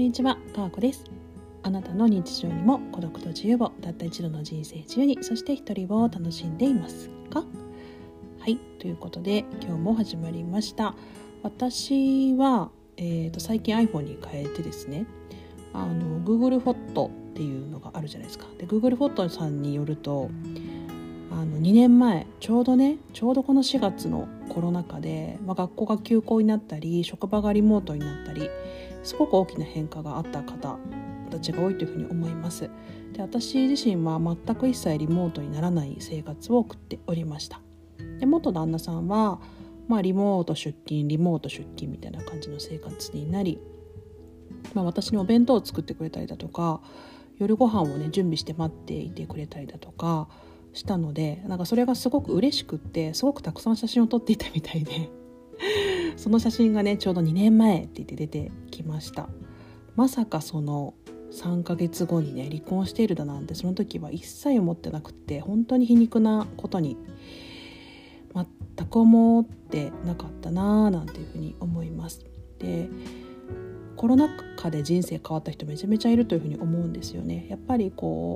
にちは、かわこです。あなたの日常にも孤独と自由をたった一度の人生自由に、そして一人を楽しんでいますか？はい、ということで今日も始まりました。私は、最近 iPhone に変えてですね、Google フォトっていうのがあるじゃないですか。で Google フォトさんによると2年前ちょうどこの4月のコロナ禍で、学校が休校になったり職場がリモートになったり、すごく大きな変化があった方たちが多いというふうに思います。で、私自身は全く一切リモートにならない生活を送っておりました。で、元旦那さんは、リモート出勤みたいな感じの生活になり、私にお弁当を作ってくれたりだとか、夜ご飯をね準備して待っていてくれたりだとかしたので、それがすごく嬉しくって、すごくたくさん写真を撮っていたみたいでその写真がねちょうど2年前って言って出てきました。まさかその3ヶ月後にね離婚しているだなんて、その時は一切思ってなくって、本当に皮肉なことに全く思ってなかったななんていうふうに思います。で、コロナ禍で人生変わった人めちゃめちゃいるというふうに思うんですよね。やっぱり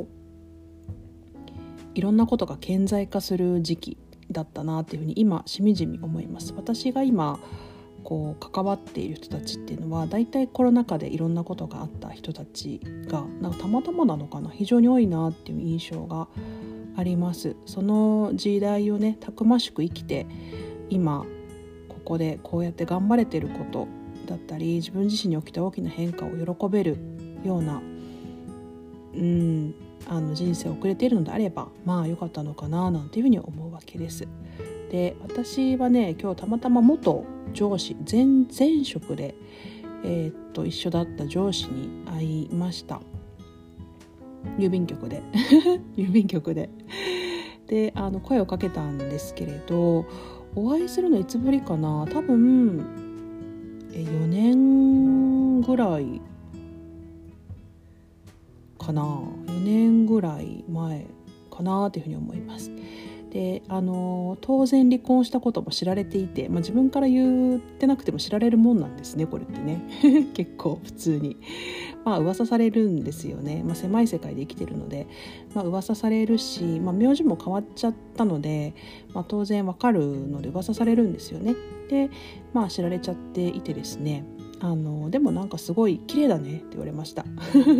いろんなことが顕在化する時期だったなっていうふうに今しみじみ思います。私が今関わっている人たちっていうのは、だいたいコロナ禍でいろんなことがあった人たちがたまたまなのかな、非常に多いなっていう印象があります。その時代をねたくましく生きて、今ここでこうやって頑張れてることだったり、自分自身に起きた大きな変化を喜べるような人生を送れているのであれば、良かったのかななんていうふうに思うわけです。で、私はね今日たまたま元上司、前職で、一緒だった上司に会いました。郵便局でで声をかけたんですけれど、お会いするのいつぶりかな、多分4年ぐらいかな、4年ぐらい前かなというふうに思います。で、当然離婚したことも知られていて、自分から言ってなくても知られるもんなんですね、これってね結構普通に噂されるんですよね。狭い世界で生きてるので、噂されるし、名字も変わっちゃったので、当然わかるので噂されるんですよね。で、知られちゃっていてですね、でもすごい綺麗だねって言われました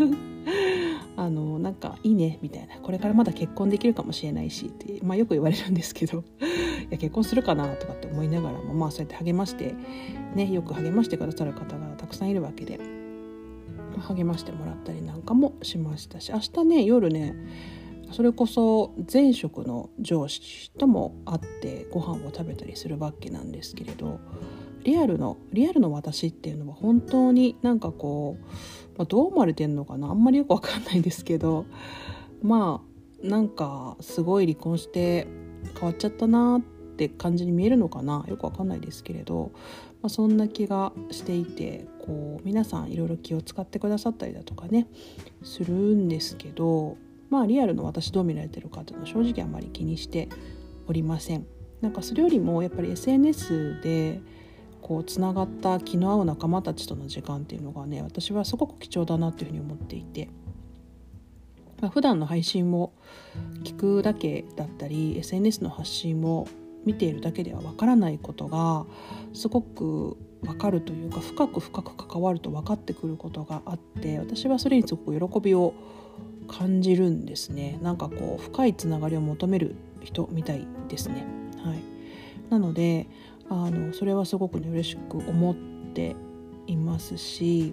いいねみたいな、これからまだ結婚できるかもしれないしって、よく言われるんですけどいや結婚するかなとかって思いながらも、そうやって励ましてね、よく励ましてくださる方がたくさんいるわけで、励ましてもらったりなんかもしましたし、明日ね夜ねそれこそ前職の上司とも会ってご飯を食べたりするわけなんですけれど、リアルの私っていうのは本当にどう思われてんのかな、あんまりよくわかんないですけど、すごい離婚して変わっちゃったなって感じに見えるのかな、よくわかんないですけれど、そんな気がしていて、皆さんいろいろ気を使ってくださったりだとかねするんですけど、リアルの私どう見られてるかというのは正直あまり気にしておりません。それよりもやっぱり SNS でつながった気の合う仲間たちとの時間っていうのがね、私はすごく貴重だなっていうふうに思っていて、普段の配信を聞くだけだったり SNS の発信を見ているだけではわからないことがすごくわかるというか、深く関わると分かってくることがあって、私はそれにすごく喜びを感じるんですね。深いつながりを求める人みたいですね。はい。なのでそれはすごくね嬉しく思っていますし、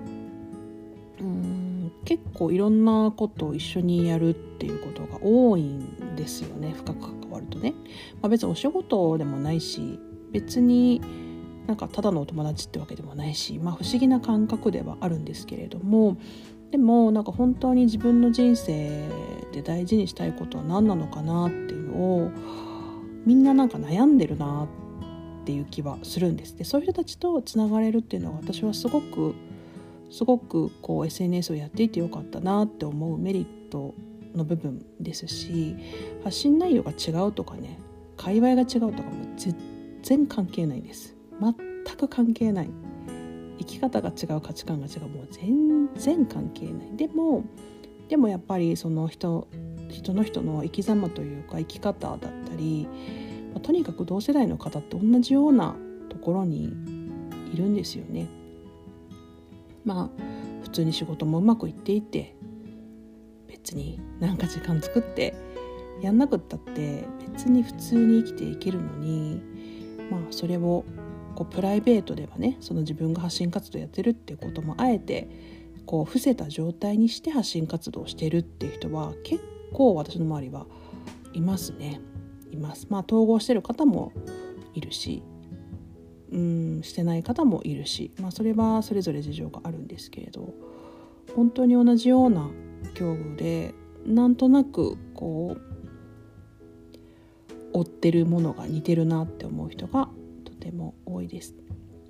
結構いろんなことを一緒にやるっていうことが多いんですよね。深く関わるとね、別にお仕事でもないし、別にただのお友達ってわけでもないし、不思議な感覚ではあるんですけれども、でも本当に自分の人生で大事にしたいことは何なのかなっていうのをみんな悩んでるなっていう気はするんです。で、そういう人たちとつながれるっていうのは私はすごくSNS をやっていてよかったなって思うメリットの部分ですし、発信内容が違うとかね、界隈が違うとかも全然関係ないです。全く関係ない。 生き方が違う、価値観が違う、もう全然関係ない。でもやっぱりその人の生き様というか生き方だったり、とにかく同世代の方って同じようなところにいるんですよね。普通に仕事もうまくいっていて、別になんか時間作ってやんなくったって別に普通に生きていけるのに、それをプライベートではね、その自分が発信活動やってるっていうこともあえて伏せた状態にして発信活動をしてるっていう人は結構私の周りはいますね。います。統合してる方もいるし、してない方もいるし、それはそれぞれ事情があるんですけれど、本当に同じような境遇でなんとなく追ってるものが似てるなって思う人がとても多いです。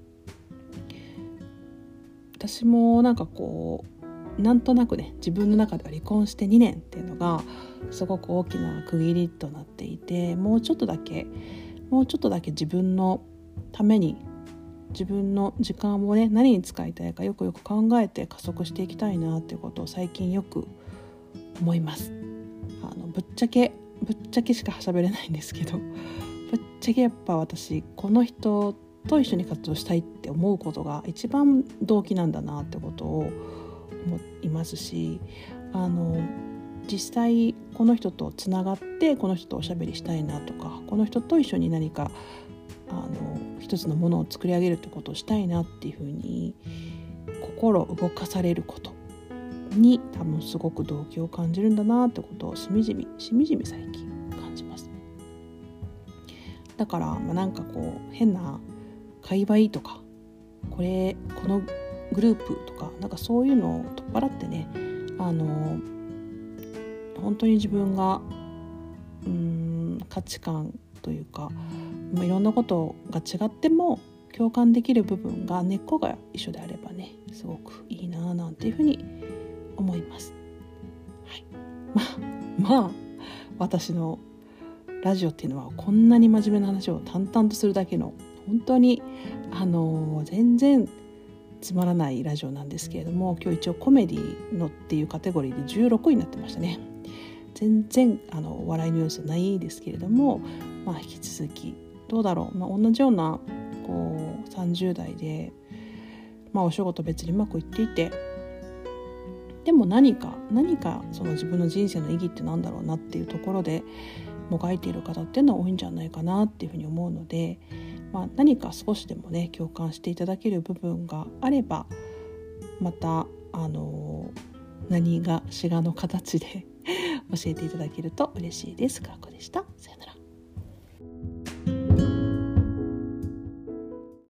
私もなんとなくね、自分の中では離婚して2年っていうのがすごく大きな区切りとなっていて、もうちょっとだけ自分のために自分の時間をね、何に使いたいかよくよく考えて加速していきたいなっていうことを最近よく思います。ぶっちゃけしか喋れないんですけど、ぶっちゃけやっぱ私この人と一緒に活動したいって思うことが一番動機なんだなってことを思いますし、実際この人とつながってこの人とおしゃべりしたいなとか、この人と一緒に何か一つのものを作り上げるってことをしたいなっていうふうに心動かされることに多分すごく動機を感じるんだなってことをしみじみ最近感じます。だから変な界隈とかこのグループとかそういうのを取っ払ってね、本当に自分が価値観というか、いろんなことが違っても共感できる部分が根っこが一緒であればね、すごくいいななんていうふうに思います。私のラジオっていうのはこんなに真面目な話を淡々とするだけの本当に全然つまらないラジオなんですけれども、今日一応コメディのっていうカテゴリーで16位になってましたね。全然笑いの要素ないですけれども、引き続きどうだろう、同じような30代で、お仕事別にうまくいっていて、でも何かその自分の人生の意義ってなんだろうなっていうところでもがいている方っていうのは多いんじゃないかなっていうふうに思うので、何か少しでもね共感していただける部分があれば、また何がしがの形で教えていただけると嬉しいです。かこでした。さよなら。